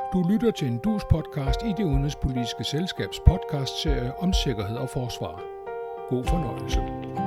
Du lytter til en Dus-podcast i Det Udenrigspolitiske Selskabs podcastserie om sikkerhed og forsvar. God fornøjelse.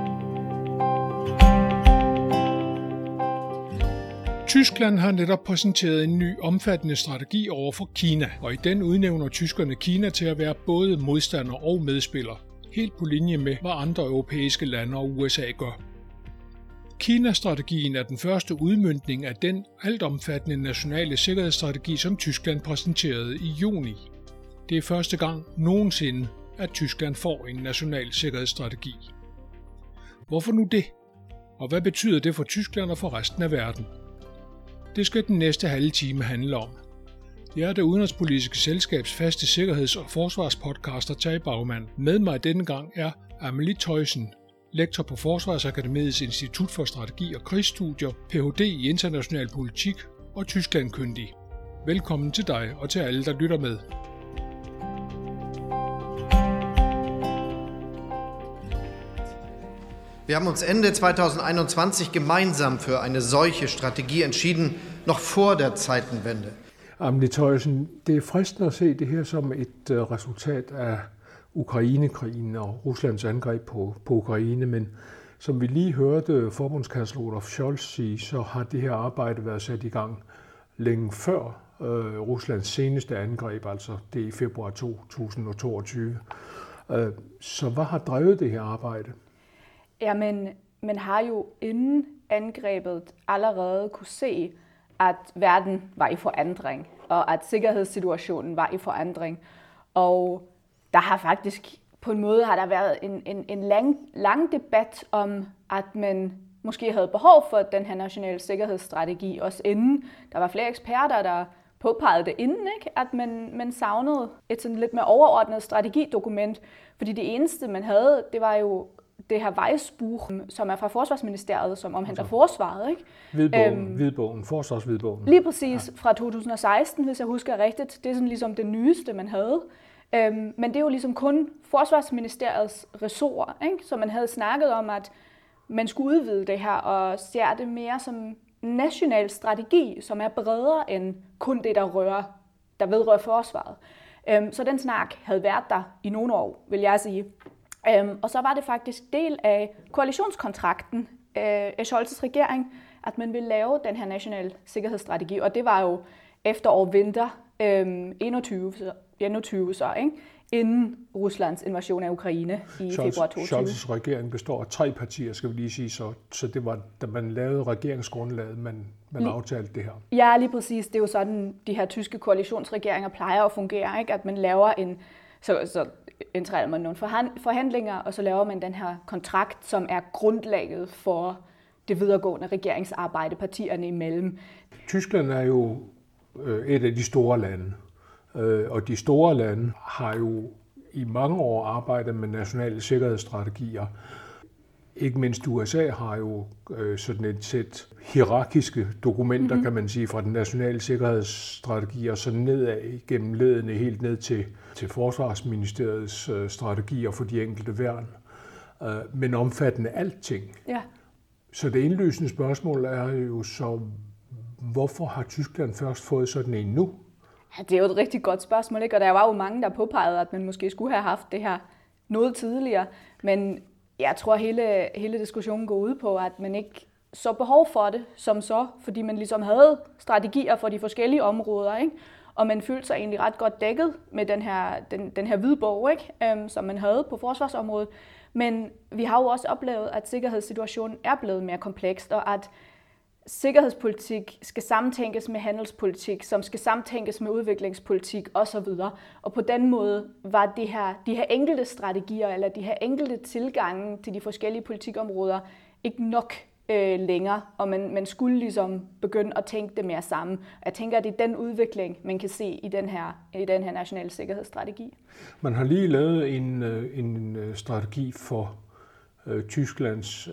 Tyskland har netop præsenteret en ny omfattende strategi over for Kina, og i den udnævner tyskerne Kina til at være både modstander og medspiller, helt på linje med, hvad andre europæiske lande og USA gør. Kina-strategien er den første udmøntning af den altomfattende nationale sikkerhedsstrategi, som Tyskland præsenterede i juni. Det er første gang nogensinde, at Tyskland får en national sikkerhedsstrategi. Hvorfor nu det? Og hvad betyder det for Tyskland og for resten af verden? Det skal den næste halve time handle om. Jeg er Det Udenrigspolitiske Selskabs faste sikkerheds- og forsvarspodcaster Tage Bagmann. Med mig denne gang er Amelie Theusen, lektor på Forsvarsakademiets Institut for Strategi og Krigsstudier, Ph.D. i international politik og Tysklandkyndig. Velkommen til dig og til alle, der lytter med. Wir haben uns Ende 2021 gemeinsam für eine solche Strategie entschieden, noch vor der Zeitenwende. Amelie Theusen, det er fristende at se det her som et resultat af Ukrainekrigen og Ruslands angreb på Ukraine, men som vi lige hørte forbundskansler Olaf Scholz sige, så har det her arbejde været sat i gang længe før Ruslands seneste angreb, altså det i februar 2022. Så hvad har drevet det her arbejde? Jamen, man har jo inden angrebet allerede kunne se, at verden var i forandring, og at sikkerhedssituationen var i forandring. Og der har faktisk på en måde har der været en lang debat om, at man måske havde behov for den her nationale sikkerhedsstrategi, også inden. Der var flere eksperter, der påpegede det inden, ikke? At man savnede et sådan lidt mere overordnet strategidokument, fordi det eneste, man havde, det var jo det her Weißbuch, som er fra Forsvarsministeriet, som omhandler forsvaret, ikke? Hvidbogen, forsvarshvidbogen. Lige præcis, fra 2016, hvis jeg husker rigtigt. Det er sådan ligesom det nyeste, man havde. Men det er jo ligesom kun Forsvarsministeriets ressort, ikke? Så man havde snakket om, at man skulle udvide det her og ser det mere som national strategi, som er bredere end kun det, der vedrører forsvaret. Så den snak havde været der i nogle år, vil jeg sige. Og så var det faktisk del af koalitionskontrakten af Scholz's regering, at man ville lave den her nationale sikkerhedsstrategi, og det var jo efterår-vinter 21 så, ikke? Inden Ruslands invasion af Ukraine i februar 2022. Scholz's regering består af 3 partier, skal vi lige sige, så det var, da man lavede regeringsgrundlaget, man aftalte det her. Ja, lige præcis. Det er jo sådan, de her tyske koalitionsregeringer plejer at fungere, ikke? At man laver så indtræder man nogle forhandlinger, og så laver man den her kontrakt, som er grundlaget for det videregående regeringsarbejde partierne imellem. Tyskland er jo et af de store lande, og de store lande har jo i mange år arbejdet med nationale sikkerhedsstrategier. Ikke mindst USA har jo sådan et sæt hierarkiske dokumenter, kan man sige, fra den nationale sikkerhedsstrategi og så nedad gennem ledene helt ned til Forsvarsministeriets strategier for de enkelte værn, men omfattende alting. Ja. Så det indlysende spørgsmål er jo så, hvorfor har Tyskland først fået sådan en nu? Ja, det er jo et rigtig godt spørgsmål, ikke? Og der var jo mange, der påpegede, at man måske skulle have haft det her noget tidligere, men jeg tror, hele diskussionen går ud på, at man ikke så behov for det som så, fordi man ligesom havde strategier for de forskellige områder, ikke? Og man følte sig egentlig ret godt dækket med den her hvidbog, ikke? Som man havde på forsvarsområdet. Men vi har jo også oplevet, at sikkerhedssituationen er blevet mere kompleks, og at sikkerhedspolitik skal sammentænkes med handelspolitik, som skal sammentænkes med udviklingspolitik osv. Og på den måde var de her enkelte strategier, eller de her enkelte tilgange til de forskellige politikområder ikke nok længere, og man skulle ligesom begynde at tænke det mere sammen. Jeg tænker, at det er den udvikling, man kan se i den her nationale sikkerhedsstrategi. Man har lige lavet en strategi for Tysklands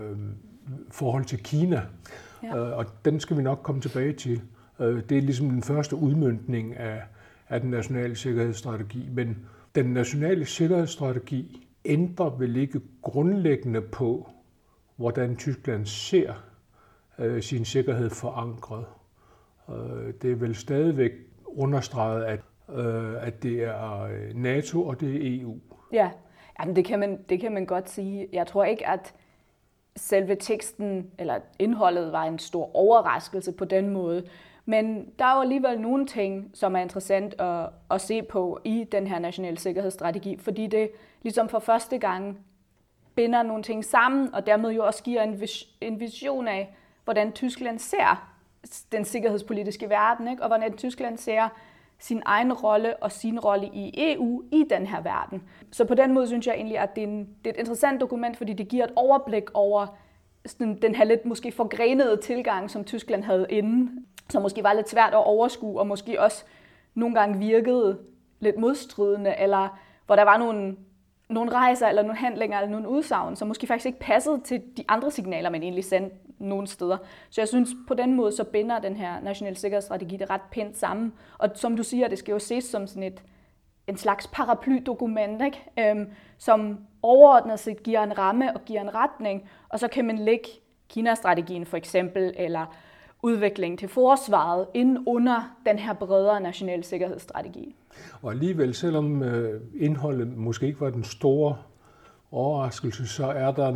forhold til Kina, og den skal vi nok komme tilbage til. Det er ligesom den første udmøntning af den nationale sikkerhedsstrategi, men den nationale sikkerhedsstrategi ændrer vel ikke grundlæggende på, hvordan Tyskland ser sin sikkerhed forankret. Det er vel stadigvæk understreget, at det er NATO og det er EU. Ja, jamen det kan man godt sige. Jeg tror ikke, at selve teksten eller indholdet var en stor overraskelse på den måde. Men der er jo alligevel nogle ting, som er interessant at se på i den her nationale sikkerhedsstrategi, fordi det ligesom for første gang binder nogle ting sammen, og dermed jo også giver en vision af, hvordan Tyskland ser den sikkerhedspolitiske verden, ikke? Og hvordan Tyskland ser sin egen rolle og sin rolle i EU i den her verden. Så på den måde synes jeg egentlig, at det er et interessant dokument, fordi det giver et overblik over den her lidt måske forgrenede tilgang, som Tyskland havde inden, som måske var lidt svært at overskue, og måske også nogle gange virkede lidt modstridende, eller hvor der var nogle rejser, eller nogle handlinger, eller nogle udsagn, som måske faktisk ikke passede til de andre signaler, man egentlig sendte nogle steder. Så jeg synes, på den måde, så binder den her nationale sikkerhedsstrategi det ret pænt sammen. Og som du siger, det skal jo ses som sådan en slags paraplydokument, ikke? Som overordnet set giver en ramme og giver en retning, og så kan man lægge Kina-strategien for eksempel, eller udvikling til forsvaret ind under den her bredere nationale sikkerhedsstrategi. Og alligevel, selvom indholdet måske ikke var den store overraskelse, så er der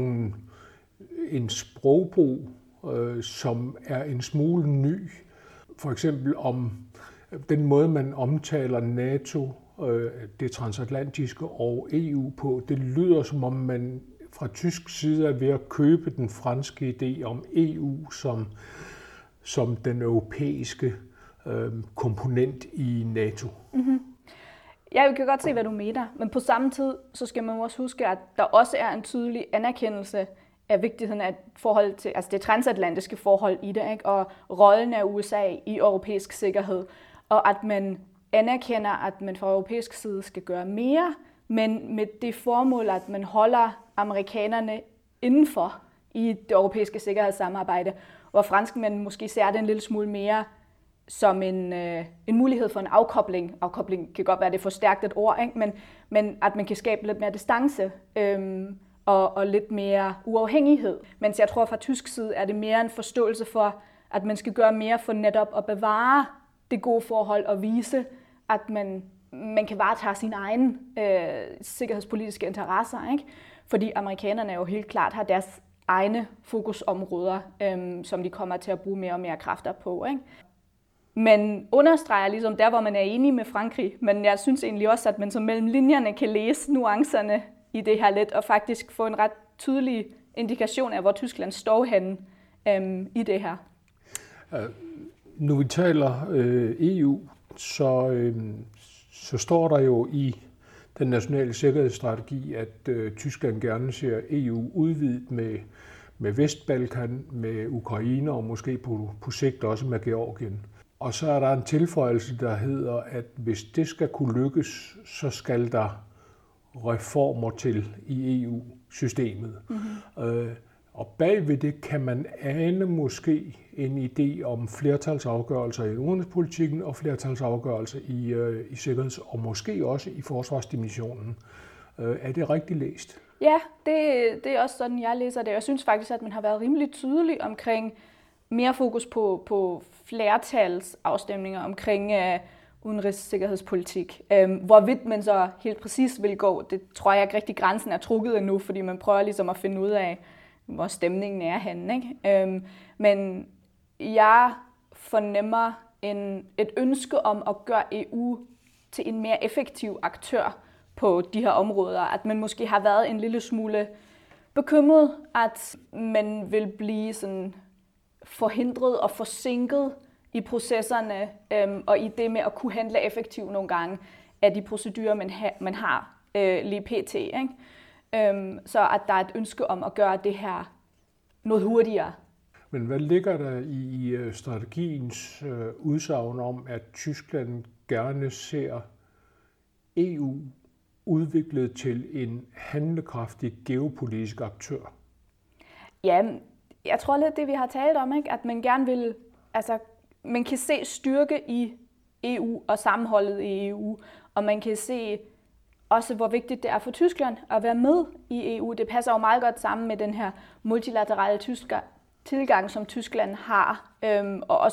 en sprogbrug, som er en smule ny. For eksempel om den måde, man omtaler NATO, det transatlantiske og EU på. Det lyder som om man fra tysk side er ved at købe den franske idé om EU som den europæiske komponent i NATO. Mm-hmm. Jeg kan godt se, hvad du mener, men på samme tid, så skal man også huske, at der også er en tydelig anerkendelse af vigtigheden af forhold til, altså det transatlantiske forhold i det, ikke? Og rollen af USA i europæisk sikkerhed, og at man anerkender, at man fra europæisk side skal gøre mere, men med det formål, at man holder amerikanerne indenfor i det europæiske sikkerhedssamarbejde, hvor franskmændene måske ser det en lille smule mere som en mulighed for en afkobling. Afkobling kan godt være det forstærkt et ord, ikke? Men at man kan skabe lidt mere distance og lidt mere uafhængighed. Mens jeg tror fra tysk side er det mere en forståelse for, at man skal gøre mere for netop at bevare det gode forhold og vise, at man kan varetage sine egne sikkerhedspolitiske interesser, ikke? Fordi amerikanerne jo helt klart har deres egne fokusområder, som de kommer til at bruge mere og mere kræfter på, ikke? Men understreger ligesom der, hvor man er enig med Frankrig, men jeg synes egentlig også, at man så mellem linjerne kan læse nuancerne i det her lidt, og faktisk få en ret tydelig indikation af, hvor Tyskland står henne i det her. Nu vi taler EU, så står der jo i den nationale sikkerhedsstrategi, at Tyskland gerne ser EU udvidet med Vestbalkan, med Ukraine og måske på sigt også med Georgien. Og så er der en tilføjelse, der hedder, at hvis det skal kunne lykkes, så skal der reformer til i EU-systemet. Mm-hmm. Og bagved det kan man ane måske en idé om flertalsafgørelser i udenrigspolitikken og flertalsafgørelser i sikkerheds- og måske også i forsvarsdimensionen. Er det rigtigt læst? Ja, det er også sådan, jeg læser det. Jeg synes faktisk, at man har været rimelig tydelig omkring mere fokus på flertalsafstemninger omkring udenrigssikkerhedspolitik. Hvorvidt man så helt præcis vil gå, det tror jeg ikke rigtig grænsen er trukket endnu, fordi man prøver ligesom at finde ud af, hvor stemningen er henne, ikke? Men jeg fornemmer et ønske om at gøre EU til en mere effektiv aktør på de her områder. At man måske har været en lille smule bekymret, at man vil blive sådan forhindret og forsinket i processerne og i det med at kunne handle effektivt nogle gange af de procedurer, man har lige pt. Ikke? Så at der er et ønske om at gøre det her noget hurtigere. Men hvad ligger der i strategiens udsagn om, at Tyskland gerne ser EU udviklet til en handlekraftig geopolitisk aktør? Ja, jeg tror lidt det, vi har talt om, ikke? At man gerne vil, altså man kan se styrke i EU og sammenholdet i EU, og man kan se også, hvor vigtigt det er for Tyskland at være med i EU. Det passer jo meget godt sammen med den her multilaterale tilgang, som Tyskland har, og også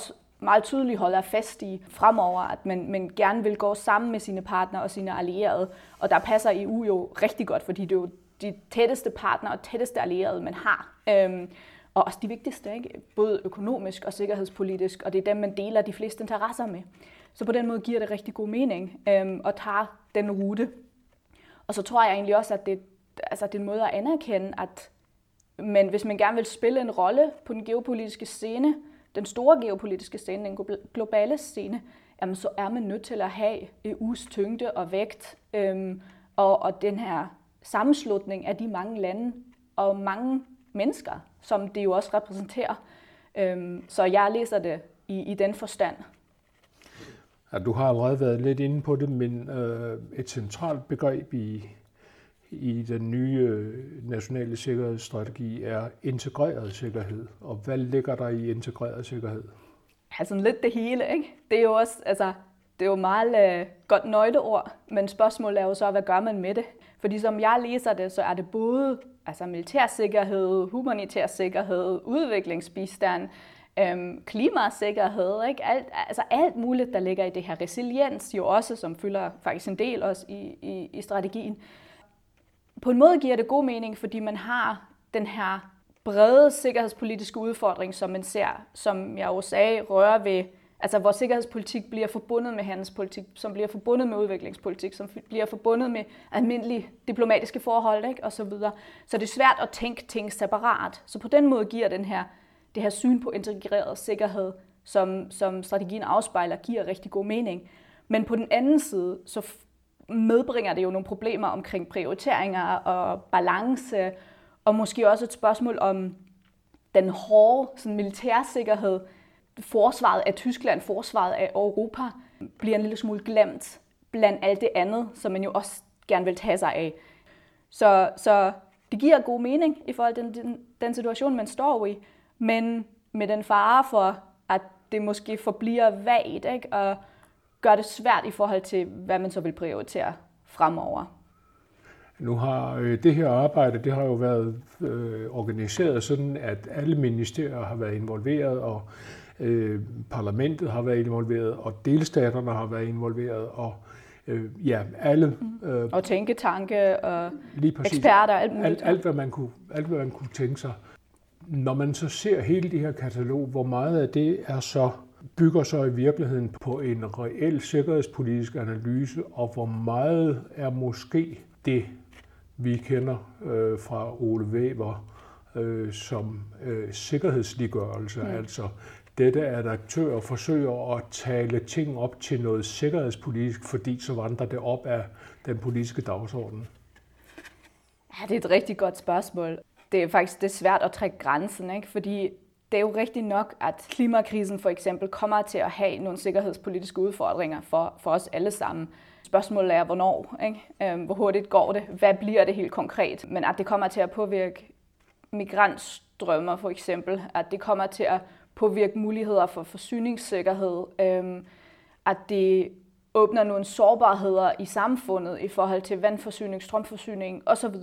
meget tydeligt holder fast i fremover, at man gerne vil gå sammen med sine partnere og sine allierede. Og der passer EU jo rigtig godt, fordi det er jo de tætteste partnere og tætteste allierede, man har. Og også de vigtigste, ikke? Både økonomisk og sikkerhedspolitisk, og det er dem, man deler de fleste interesser med. Så på den måde giver det rigtig god mening at tage den rute. Og så tror jeg egentlig også, at det er en måde at anerkende, at hvis man gerne vil spille en rolle på den geopolitiske scene, den store geopolitiske scene, den globale scene, jamen, så er man nødt til at have EU's tyngde og vægt, og den her sammenslutning af de mange lande og mange mennesker, som det jo også repræsenterer. Så jeg læser det i den forstand. Ja, du har allerede været lidt inde på det, men et centralt begreb i den nye nationale sikkerhedsstrategi er integreret sikkerhed. Og hvad ligger der i integreret sikkerhed? Ja, sådan lidt det hele, ikke? Det er jo også, det er jo meget godt nøgleord, men spørgsmålet er jo så, hvad gør man med det? Fordi som jeg læser det, så er det både militær sikkerhed, humanitær sikkerhed, udviklingsbistand, klimasikkerhed, ikke? Alt muligt, der ligger i det her resiliens jo også, som fylder faktisk en del også i strategien. På en måde giver det god mening, fordi man har den her brede sikkerhedspolitiske udfordring, som man ser, som jeg jo sagde, rører ved, hvor sikkerhedspolitik bliver forbundet med handelspolitik, som bliver forbundet med udviklingspolitik, som bliver forbundet med almindelige diplomatiske forhold, ikke? Og så videre. Så det er svært at tænke ting separat. Så på den måde giver det her syn på integreret sikkerhed, som strategien afspejler, giver rigtig god mening. Men på den anden side, så medbringer det jo nogle problemer omkring prioriteringer og balance, og måske også et spørgsmål om den hårde militærsikkerhed. Forsvaret af Tyskland, forsvaret af Europa, bliver en lille smule glemt blandt alt det andet, som man jo også gerne vil tage sig af. Så det giver god mening i forhold til den situation, man står i, men med den fare for, at det måske forbliver vagt, ikke? Og gør det svært i forhold til, hvad man så vil prioritere fremover. Nu har det her arbejde, det har jo været organiseret sådan, at alle ministerier har været involveret, og parlamentet har været involveret, og delstaterne har været involveret, og alle. Og tænketanke og eksperter, alt muligt. Alt, hvad man kunne tænke sig. Når man så ser hele det her katalog, hvor meget af det bygger så i virkeligheden på en reel sikkerhedspolitisk analyse, og hvor meget er måske det, vi kender fra Ole Wæver som sikkerhedsliggørelse, altså dette, at aktører forsøger at tale ting op til noget sikkerhedspolitisk, fordi så vandrer det op af den politiske dagsorden? Ja, det er et rigtig godt spørgsmål. Det er faktisk svært at trække grænsen, ikke? Fordi det er jo rigtigt nok, at klimakrisen for eksempel kommer til at have nogle sikkerhedspolitiske udfordringer for os alle sammen. Spørgsmålet er, hvornår, ikke? Hvor hurtigt går det? Hvad bliver det helt konkret? Men at det kommer til at påvirke migrantstrømmer for eksempel, at det kommer til at påvirke muligheder for forsyningssikkerhed, at det åbner nogle sårbarheder i samfundet i forhold til vandforsyning, strømforsyning osv.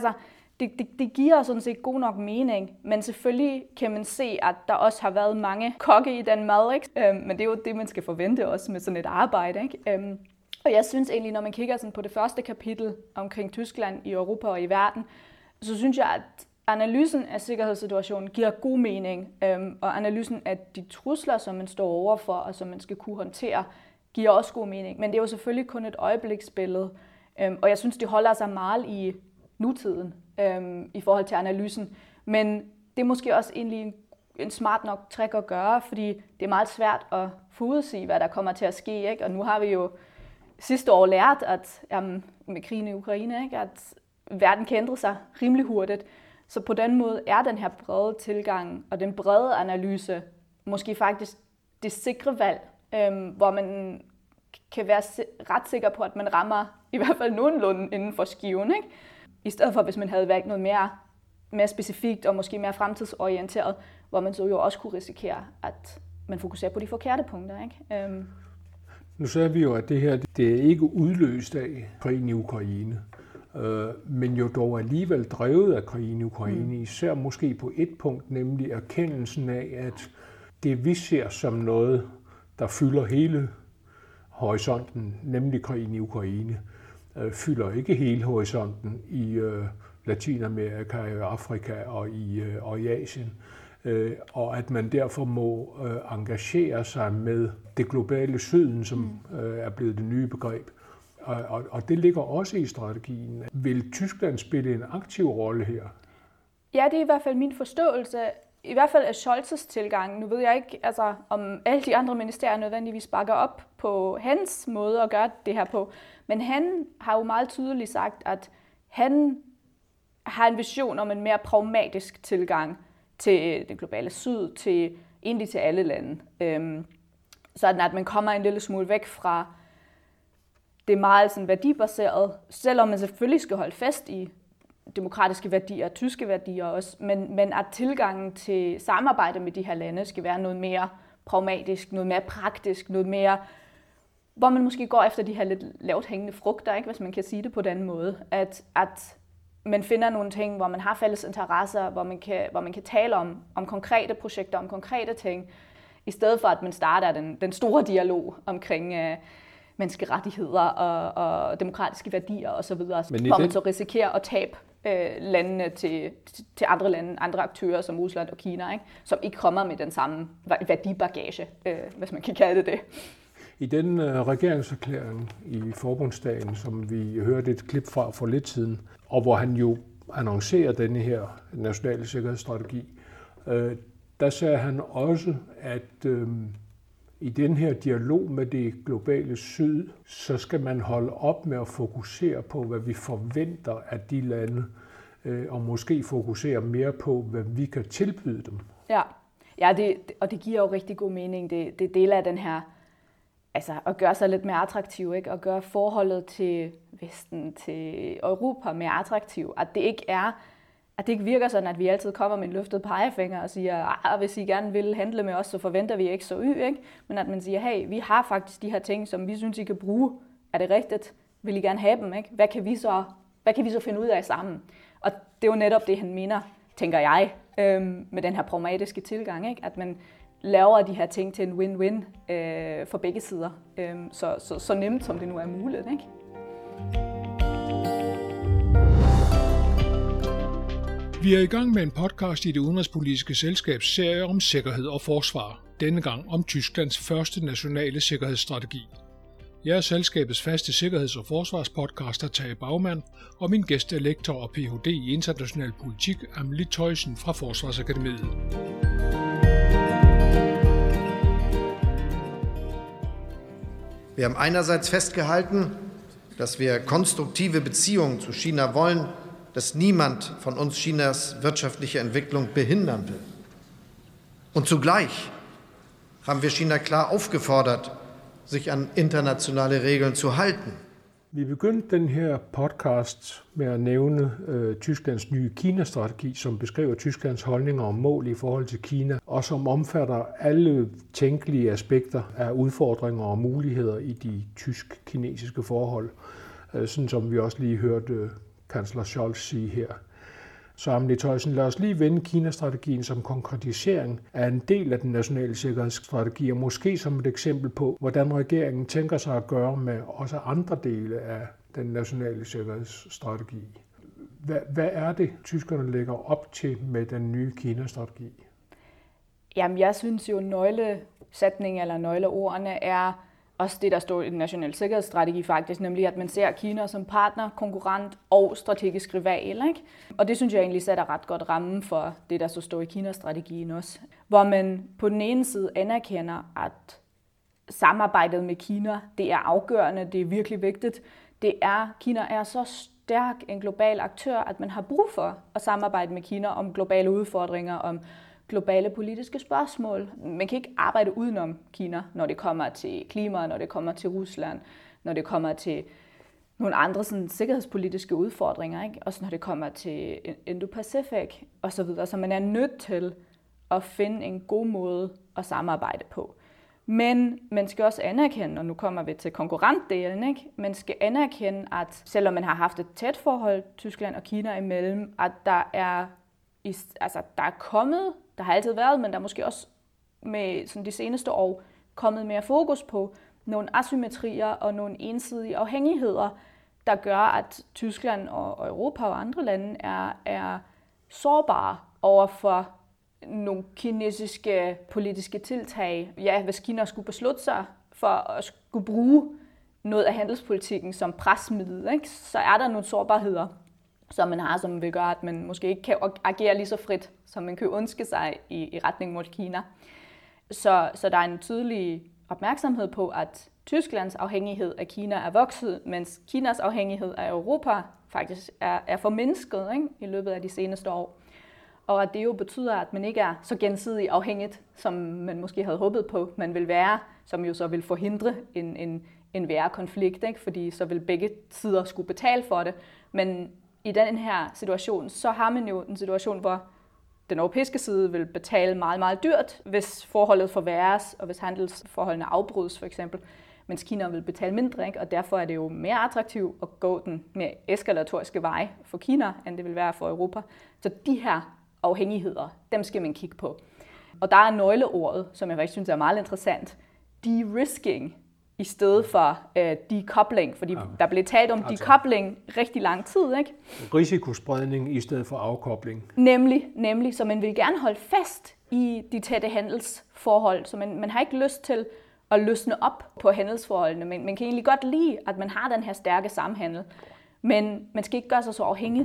Det giver sådan set god nok mening, men selvfølgelig kan man se, at der også har været mange kokke i den mad, ikke? Men det er jo det, man skal forvente også med sådan et arbejde, ikke? Og jeg synes egentlig, når man kigger sådan på det første kapitel omkring Tyskland i Europa og i verden, så synes jeg, at analysen af sikkerhedssituationen giver god mening, og analysen af de trusler, som man står overfor og som man skal kunne håndtere, giver også god mening. Men det er jo selvfølgelig kun et øjebliksbillede, og jeg synes, det holder sig meget i nutiden i forhold til analysen. Men det er måske også egentlig en smart nok træk at gøre, fordi det er meget svært at forudsige, hvad der kommer til at ske, ikke? Og nu har vi jo sidste år lært, at med krigen i Ukraine, ikke? At verden kan ændre sig rimelig hurtigt. Så på den måde er den her brede tilgang og den brede analyse måske faktisk det sikre valg, hvor man kan være ret sikker på, at man rammer i hvert fald nogenlunde inden for skiven, ikke? I stedet for, hvis man havde valgt noget mere specifikt og måske mere fremtidsorienteret, hvor man så jo også kunne risikere, at man fokuserer på de forkerte punkter, ikke? Nu sagde vi jo, at det her det er ikke udløst af krigen i Ukraine, men jo dog alligevel drevet af krigen i Ukraine, især måske på et punkt, nemlig erkendelsen af, at det vi ser som noget, der fylder hele horisonten, nemlig krigen i Ukraine, fylder ikke hele horisonten i Latinamerika, Afrika og i Asien. Og at man derfor må engagere sig med det globale syden, som er blevet det nye begreb. Og det ligger også i strategien. Vil Tyskland spille en aktiv rolle her? Ja, det er i hvert fald min forståelse. I hvert fald af Scholz's tilgang. Nu ved jeg ikke, om alle de andre ministerier nødvendigvis bakker op på hans måde at gøre det her på. Men han har jo meget tydeligt sagt, at han har en vision om en mere pragmatisk tilgang til det globale syd, egentlig til alle lande. Sådan at man kommer en lille smule væk fra det meget sådan værdibaseret, selvom man selvfølgelig skal holde fast i demokratiske værdier, tyske værdier også, men at tilgangen til samarbejde med de her lande skal være noget mere pragmatisk, noget mere praktisk, noget mere, hvor man måske går efter de her lidt lavt hængende frugter, ikke, hvis man kan sige det på den måde, at man finder nogle ting, hvor man har fælles interesser, hvor man kan tale om konkrete projekter, om konkrete ting, i stedet for at man starter den store dialog omkring menneskerettigheder og demokratiske værdier osv., hvor man så risikerer at tabe landene til andre lande, andre aktører som Rusland og Kina, ikke? Som ikke kommer med den samme værdibagage, hvis man kan kalde det. I den regeringserklæring i Forbundsdagen, som vi hørte et klip fra for lidt siden, og hvor han jo annoncerer denne her nationale sikkerhedsstrategi, der sagde han også, at i den her dialog med det globale syd, så skal man holde op med at fokusere på, hvad vi forventer af de lande, og måske fokusere mere på, hvad vi kan tilbyde dem. Ja, det giver jo rigtig god mening. Det er del af den her, at gøre sig lidt mere attraktiv, ikke? Og gøre forholdet til Vesten, til Europa mere attraktiv. At det ikke virker sådan, at vi altid kommer med en løftet pegefinger og siger, hvis I gerne vil handle med os, så forventer vi ikke så ikke? Men at man siger, hey, vi har faktisk de her ting, som vi synes, I kan bruge. Er det rigtigt? Vil I gerne have dem? Ikke? Hvad kan vi så finde ud af sammen? Og det er jo netop det, han mener, tænker jeg, med den her pragmatiske tilgang, ikke? At man laver de her ting til en win-win for begge sider. Så nemt, som det nu er muligt, ikke? Vi er i gang med en podcast i Det Udenrigspolitiske Selskabs serie om sikkerhed og forsvar. Denne gang om Tysklands første nationale sikkerhedsstrategi. Jeg er selskabets faste sikkerheds- og forsvarspodcaster Tage Bagmann, og min gæst er lektor og Ph.D. i international politik Amelie Theusen fra Forsvarsakademiet. Wir haben einerseits festgehalten, dass wir konstruktive Beziehungen zu China wollen, dass niemand von uns Chinas wirtschaftliche Entwicklung behindern will. Und zugleich haben wir China klar aufgefordert, sich an internationale Regeln zu halten. Vi begyndte den her podcast med at nævne Tysklands nye Kina-strategi, som beskriver Tysklands holdninger og mål i forhold til Kina, og som omfatter alle tænkelige aspekter af udfordringer og muligheder i de tysk-kinesiske forhold, sådan som vi også lige hørte kansler Scholz sige her. Så Amelie Theusen, lad os lige vende Kina-strategien som konkretisering af en del af den nationale sikkerhedsstrategi, og måske som et eksempel på, hvordan regeringen tænker sig at gøre med også andre dele af den nationale sikkerhedsstrategi. Hvad er det, tyskerne lægger op til med den nye Kina-strategi? Jamen, jeg synes jo, nøglesætningen eller nøgleordene er også det, der står i den nationale sikkerhedsstrategi faktisk, nemlig at man ser Kina som partner, konkurrent og strategisk rival. Ikke? Og det synes jeg egentlig sætter ret godt rammen for det, der så står i Kina-strategien også. Hvor man på den ene side anerkender, at samarbejdet med Kina, det er afgørende, det er virkelig vigtigt. Kina er så stærk en global aktør, at man har brug for at samarbejde med Kina om globale udfordringer, om globale politiske spørgsmål. Man kan ikke arbejde udenom Kina, når det kommer til klima, når det kommer til Rusland, når det kommer til nogle andre sådan, sikkerhedspolitiske udfordringer, ikke? Også når det kommer til Indo-Pacific osv. Så man er nødt til at finde en god måde at samarbejde på. Men man skal også anerkende, og nu kommer vi til konkurrentdelen, ikke? Man skal anerkende, at selvom man har haft et tæt forhold Tyskland og Kina imellem, at der er kommet, der har altid været, men der er måske også med sådan de seneste år kommet mere fokus på nogle asymmetrier og nogle ensidige afhængigheder, der gør, at Tyskland og Europa og andre lande er sårbare over for nogle kinesiske politiske tiltag. Ja, hvis Kina skulle beslutte sig for at skulle bruge noget af handelspolitikken som presmiddel, ikke, så er der nogle sårbarheder, som man har, som vil gøre, at man måske ikke kan agere lige så frit, som man kan ønske sig i retning mod Kina. Så der er en tydelig opmærksomhed på, at Tysklands afhængighed af Kina er vokset, mens Kinas afhængighed af Europa faktisk er formindsket, ikke, i løbet af de seneste år. Og at det jo betyder, at man ikke er så gensidigt afhængigt, som man måske havde håbet på, man vil være, som jo så vil forhindre en værre konflikt, ikke? Fordi så vil begge sider skulle betale for det. Men i den her situation, så har man jo en situation, hvor den europæiske side vil betale meget, meget dyrt, hvis forholdet forværres, og hvis handelsforholdene afbrydes for eksempel, mens Kina vil betale mindre, ikke? Og derfor er det jo mere attraktivt at gå den mere eskalatoriske vej for Kina, end det vil være for Europa. Så de her afhængigheder, dem skal man kigge på. Og der er nøgleordet, som jeg faktisk synes er meget interessant, de-risking i stedet for decoupling, fordi der blev talt om decoupling rigtig lang tid, ikke? Risikospredning i stedet for afkobling. Nemlig, så man vil gerne holde fast i de tætte handelsforhold, så man har ikke lyst til at løsne op på handelsforholdene, men man kan egentlig godt lide, at man har den her stærke samhandel, men man skal ikke gøre sig så afhængig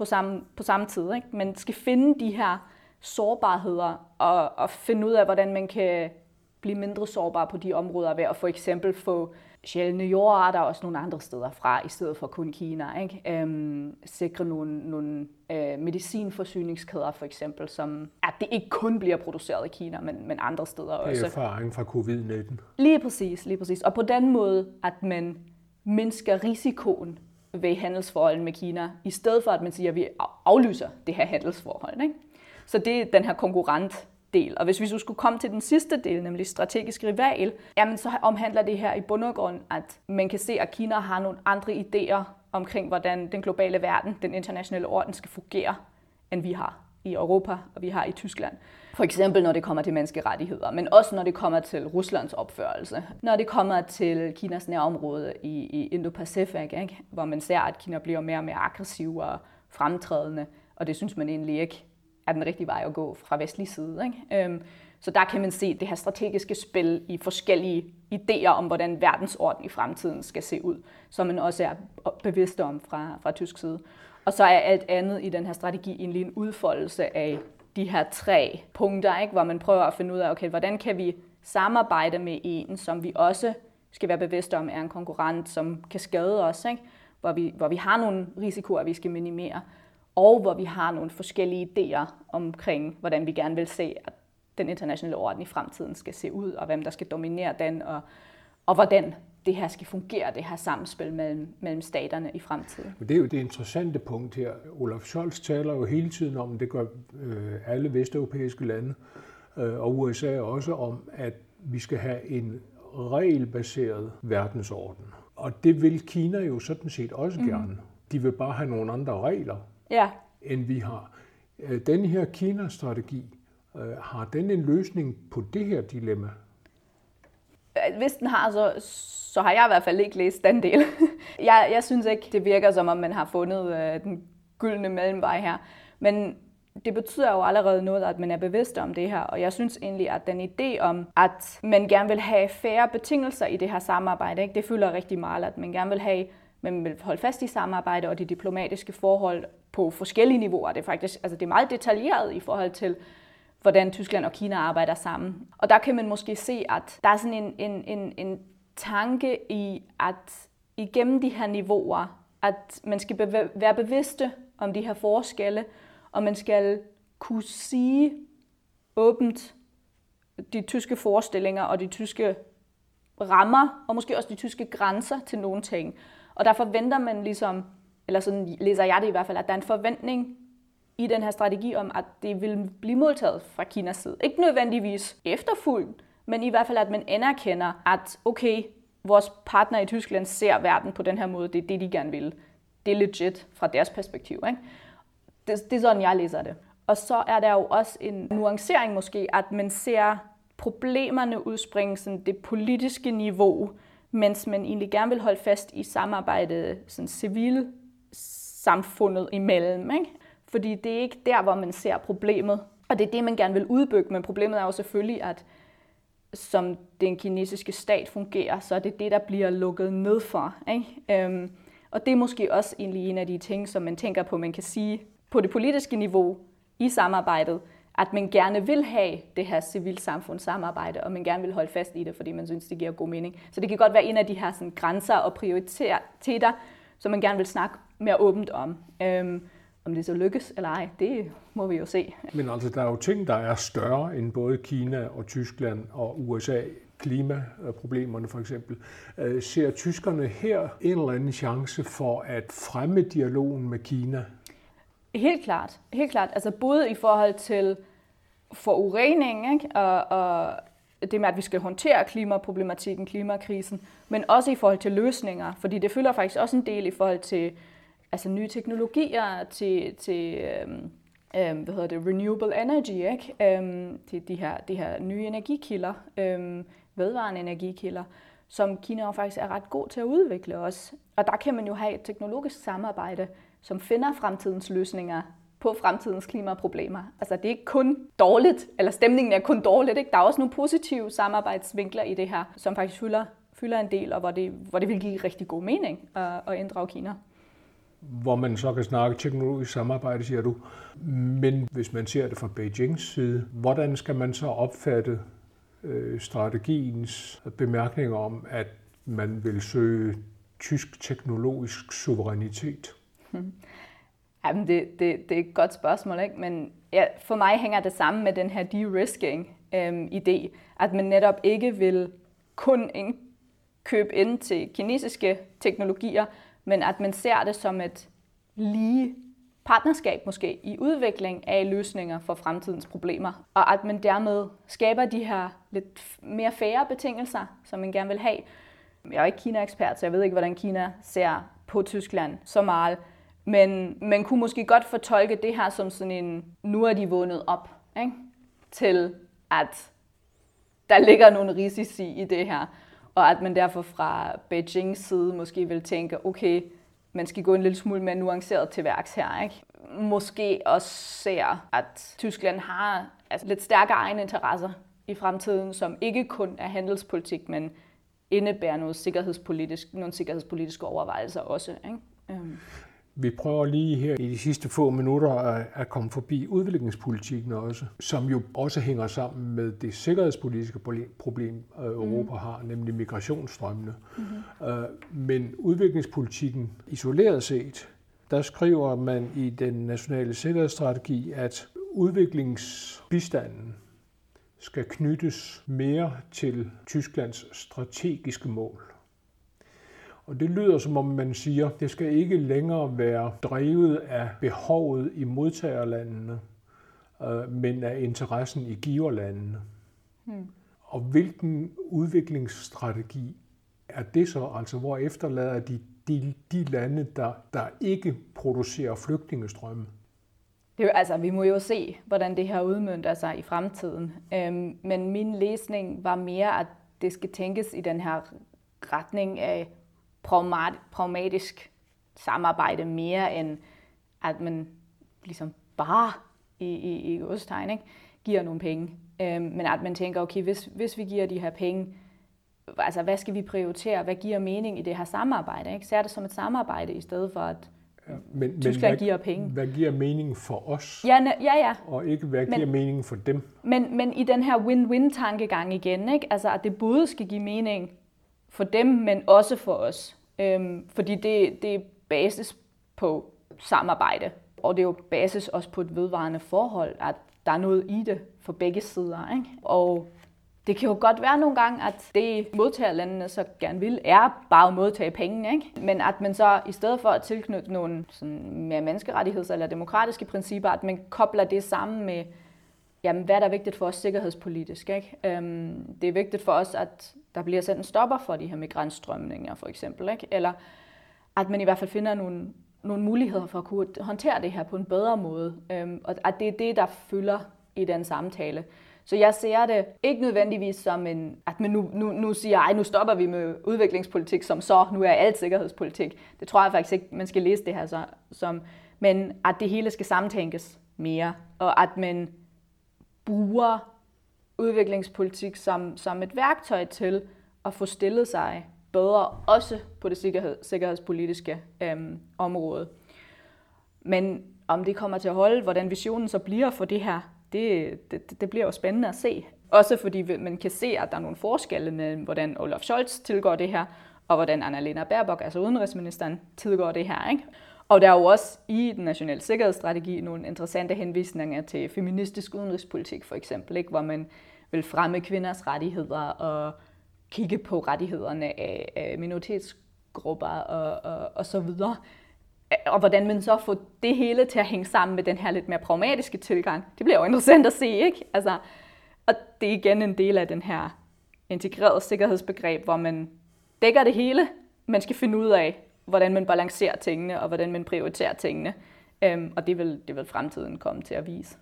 på samme tid, ikke? Man skal finde de her sårbarheder og finde ud af, hvordan man kan blive mindre sårbar på de områder ved at for eksempel få sjældne jordarter og også nogle andre steder fra, i stedet for kun Kina, ikke? Sikre nogle medicinforsyningskæder for eksempel, som at det ikke kun bliver produceret i Kina, men andre steder også. Det er erfaring fra covid-19. Lige præcis. Og på den måde, at man mindsker risikoen ved handelsforholdet med Kina, i stedet for at man siger, at vi aflyser det her handelsforhold, ikke? Så det er den her konkurrentdel. Og hvis vi så skulle komme til den sidste del, nemlig strategisk rival, jamen så omhandler det her i bund og grund, at man kan se, at Kina har nogle andre idéer omkring, hvordan den globale verden, den internationale orden skal fungere, end vi har i Europa og vi har i Tyskland. For eksempel når det kommer til menneskerettigheder, men også når det kommer til Ruslands opførelse. Når det kommer til Kinas nærområde i Indo-Pacific, ikke? Hvor man ser, at Kina bliver mere og mere aggressiv og fremtrædende, og det synes man egentlig ikke er den rigtige vej at gå fra vestlig side, ikke? Så der kan man se det her strategiske spil i forskellige idéer om, hvordan verdensorden i fremtiden skal se ud, som man også er bevidst om fra tysk side. Og så er alt andet i den her strategi egentlig en udfoldelse af de her 3 punkter, ikke? Hvor man prøver at finde ud af, okay, hvordan kan vi samarbejde med en, som vi også skal være bevidste om er en konkurrent, som kan skade os, ikke? Hvor vi har nogle risikoer, vi skal minimere, og hvor vi har nogle forskellige idéer omkring, hvordan vi gerne vil se, at den internationale orden i fremtiden skal se ud, og hvem der skal dominere den, og hvordan det her skal fungere, det her samspil mellem staterne i fremtiden. Det er jo det interessante punkt her. Olaf Scholz taler jo hele tiden om, det gør alle vesteuropæiske lande, og USA også om, at vi skal have en regelbaseret verdensorden. Og det vil Kina jo sådan set også gerne. De vil bare have nogle andre regler, end vi har. Den her Kina-strategi, har den en løsning på det her dilemma? Hvis den har, så har jeg i hvert fald ikke læst den del. Jeg synes ikke, det virker som om, man har fundet den gyldne mellemvej her. Men det betyder jo allerede noget, at man er bevidst om det her. Og jeg synes egentlig, at den idé om, at man gerne vil have færre betingelser i det her samarbejde, ikke? Det fylder rigtig meget, at man gerne vil have, man vil holde fast i samarbejde og de diplomatiske forhold på forskellige niveauer. Det er faktisk, altså det er meget detaljeret i forhold til, hvordan Tyskland og Kina arbejder sammen. Og der kan man måske se, at der er sådan en tanke i, at igennem de her niveauer, at man skal være bevidste om de her forskelle, og man skal kunne sige åbent de tyske forestillinger og de tyske rammer, og måske også de tyske grænser til nogle ting. Og der forventer man ligesom, eller sådan læser jeg det i hvert fald, at der er en forventning i den her strategi om, at det vil blive modtaget fra Kinas side. Ikke nødvendigvis efterfulgt, men i hvert fald, at man anerkender, at okay, vores partner i Tyskland ser verden på den her måde, det er det, de gerne vil. Det er legit fra deres perspektiv, ikke? Det er sådan, jeg læser det. Og så er der jo også en nuancering måske, at man ser problemerne udspringer sådan det politiske niveau, mens man egentlig gerne vil holde fast i samarbejde, sådan civilsamfundet imellem, ikke? Fordi det er ikke der, hvor man ser problemet, og det er det, man gerne vil udbygge, men problemet er jo selvfølgelig, at som den kinesiske stat fungerer, så er det det, der bliver lukket ned for, ikke? Og det er måske også egentlig en af de ting, som man tænker på, man kan sige på det politiske niveau i samarbejdet, at man gerne vil have det her civilsamfundssamarbejde, og man gerne vil holde fast i det, fordi man synes, det giver god mening. Så det kan godt være en af de her sådan, grænser og prioriteter, som man gerne vil snakke mere åbent om. Om det så lykkes eller ej, det må vi jo se. Men altså, der er jo ting, der er større end både Kina og Tyskland og USA. Klimaproblemerne for eksempel. Ser tyskerne her en eller anden chance for at fremme dialogen med Kina? Helt klart. Altså både i forhold til forurening, ikke? Og det med, at vi skal håndtere klimaproblematikken, klimakrisen, men også i forhold til løsninger, fordi det fylder faktisk også en del i forhold til altså nye teknologier, til renewable energy, ikke? Til de her nye energikilder, vedvarende energikilder, som Kina jo faktisk er ret god til at udvikle også. Og der kan man jo have et teknologisk samarbejde, som finder fremtidens løsninger på fremtidens klimaproblemer. Altså det er ikke kun dårligt, eller stemningen er kun dårligt, ikke? Der er også nogle positive samarbejdsvinkler i det her, som faktisk fylder en del, og hvor det vil give rigtig god mening at inddrage Kina. Hvor man så kan snakke teknologisk samarbejde, siger du. Men hvis man ser det fra Beijings side, hvordan skal man så opfatte strategiens bemærkninger om, at man vil søge tysk teknologisk suverænitet? Jamen, det er et godt spørgsmål, ikke? Men ja, for mig hænger det sammen med den her de-risking-idé, at man netop ikke vil kun købe ind til kinesiske teknologier, men at man ser det som et lige partnerskab måske i udvikling af løsninger for fremtidens problemer, og at man dermed skaber de her lidt mere fair betingelser, som man gerne vil have. Jeg er ikke Kina-ekspert, så jeg ved ikke, hvordan Kina ser på Tyskland så meget, men man kunne måske godt fortolke det her som sådan en, nu er de vågnet op, ikke? Til at der ligger nogle risici i det her, og at man derfor fra Beijings side måske vil tænke, okay, man skal gå en lille smule mere nuanceret til værks her, ikke? Måske også ser, at Tyskland har lidt stærkere egne interesser i fremtiden, som ikke kun er handelspolitik, men indebærer nogle sikkerhedspolitiske overvejelser også, ikke? Vi prøver lige her i de sidste få minutter at komme forbi udviklingspolitikken også, som jo også hænger sammen med det sikkerhedspolitiske problem, Europa har, nemlig migrationsstrømmene. Men udviklingspolitikken isoleret set, der skriver man i den nationale sikkerhedsstrategi, at udviklingsbistanden skal knyttes mere til Tysklands strategiske mål. Og det lyder som om man siger, at det skal ikke længere være drevet af behovet i modtagerlandene, men af interessen i giverlandene. Og hvilken udviklingsstrategi er det så? Altså hvor efterlader de lande, der ikke producerer flygtningestrømme? Vi må jo se, hvordan det her udmønter sig i fremtiden. Men min læsning var mere, at det skal tænkes i den her retning af pragmatisk samarbejde mere end at man ligesom bare i godstegn, ikke, giver nogle penge. Men at man tænker, okay, hvis vi giver de her penge, altså hvad skal vi prioritere? Hvad giver mening i det her samarbejde? Ikke? Ser det som et samarbejde i stedet for at Tyskland giver penge. Hvad giver mening for os? Ja. Og ikke hvad giver mening for dem? Men i den her win-win-tankegang igen, ikke? Altså at det både skal give mening for dem, men også for os. Fordi det er basis på samarbejde, og det er jo basis også på et vedvarende forhold, at der er noget i det for begge sider, ikke? Og det kan jo godt være nogle gange, at det modtagerlandene så gerne vil, er bare at modtage penge, ikke? Men at man så i stedet for at tilknytte nogle sådan mere menneskerettigheds- eller demokratiske principper, at man kobler det sammen med, jamen, hvad er der vigtigt for os sikkerhedspolitisk, ikke? Det er vigtigt for os, at der bliver sat en stopper for de her migrantstrømninger, for eksempel, ikke? Eller at man i hvert fald finder nogle muligheder for at kunne håndtere det her på en bedre måde. Og at det er det, der fylder i den samtale. Så jeg ser det ikke nødvendigvis som at man nu siger, nu stopper vi med udviklingspolitik som så, nu er alt sikkerhedspolitik. Det tror jeg faktisk ikke, man skal læse det her som, men at det hele skal sammentænkes mere, og at man bruger udviklingspolitik som et værktøj til at få stillet sig bedre, også på det sikkerhedspolitiske område. Men om det kommer til at holde, hvordan visionen så bliver for det her, det bliver jo spændende at se. Også fordi man kan se, at der er nogle forskelle mellem, hvordan Olaf Scholz tilgår det her, og hvordan Annalena Baerbock, altså udenrigsministeren, tilgår det her, ikke? Og der er jo også i den nationale sikkerhedsstrategi nogle interessante henvisninger til feministisk udenrigspolitik, for eksempel, ikke? Hvor man vil fremme kvinders rettigheder og kigge på rettighederne af minoritetsgrupper og så videre. Og hvordan man så får det hele til at hænge sammen med den her lidt mere pragmatiske tilgang, det bliver jo interessant at se, ikke? Altså, og det er igen en del af den her integrerede sikkerhedsbegreb, hvor man dækker det hele. Man skal finde ud af, hvordan man balancerer tingene, og hvordan man prioriterer tingene. Og det vil fremtiden komme til at vise.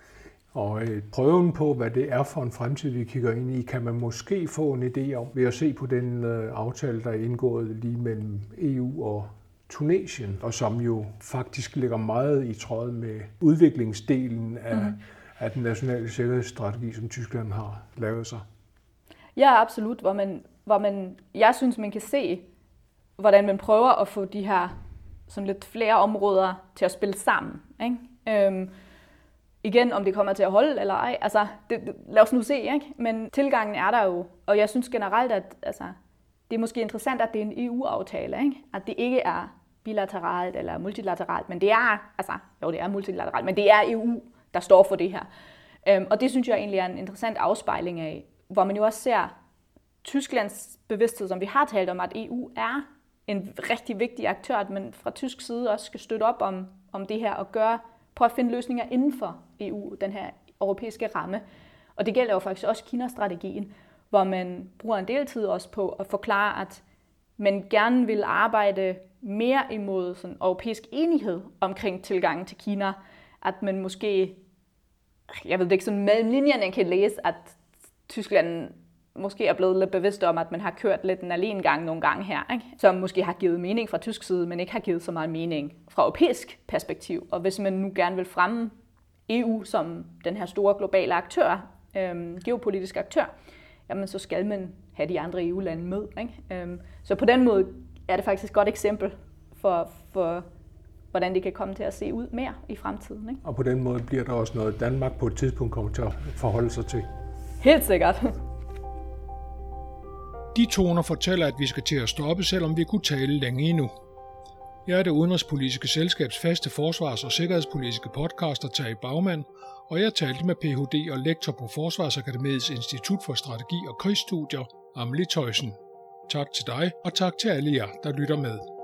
Og prøven på, hvad det er for en fremtid, vi kigger ind i, kan man måske få en idé om ved at se på den aftale, der er indgået lige mellem EU og Tunesien, og som jo faktisk ligger meget i tråd med udviklingsdelen af den nationale sikkerhedsstrategi, som Tyskland har lavet sig. Ja, absolut. Jeg synes, man kan se, hvordan man prøver at få de her sådan lidt flere områder til at spille sammen, ikke? Igen, om det kommer til at holde eller ej, altså, lad os nu se, ikke? Men tilgangen er der jo, og jeg synes generelt, at det er måske interessant, at det er en EU-aftale, ikke? At det ikke er bilateralt eller multilateralt, men det er, det er multilateralt, men det er EU, der står for det her. Og det synes jeg egentlig er en interessant afspejling af, hvor man jo også ser Tysklands bevidsthed, som vi har talt om, at EU er en rigtig vigtig aktør, at man fra tysk side også skal støtte op om det her og prøve at finde løsninger inden for EU, den her europæiske ramme. Og det gælder jo faktisk også Kina-strategien, hvor man bruger en del tid også på at forklare, at man gerne vil arbejde mere imod sådan europæisk enighed omkring tilgangen til Kina. At man måske, jeg ved det ikke, sådan mellem linjerne kan læse, at Tyskland måske er blevet lidt bevidst om, at man har kørt lidt en alenegang nogle gange her, ikke? Som måske har givet mening fra tysk side, men ikke har givet så meget mening fra europæisk perspektiv. Og hvis man nu gerne vil fremme EU som den her store globale aktør, geopolitisk aktør, jamen så skal man have de andre EU-lande med, ikke? Så på den måde er det faktisk et godt eksempel for hvordan det kan komme til at se ud mere i fremtiden, ikke? Og på den måde bliver der også noget, Danmark på et tidspunkt kommer til at forholde sig til. Helt sikkert. De toner fortæller, at vi skal til at stoppe, selvom vi kunne tale længe endnu. Jeg er det udenrigspolitiske selskabs faste forsvars- og sikkerhedspolitiske podcaster Tage Bagmand, og jeg talte med Ph.D. og lektor på Forsvarsakademiets Institut for Strategi og Krigsstudier, Amelie Theussen. Tak til dig, og tak til alle jer, der lytter med.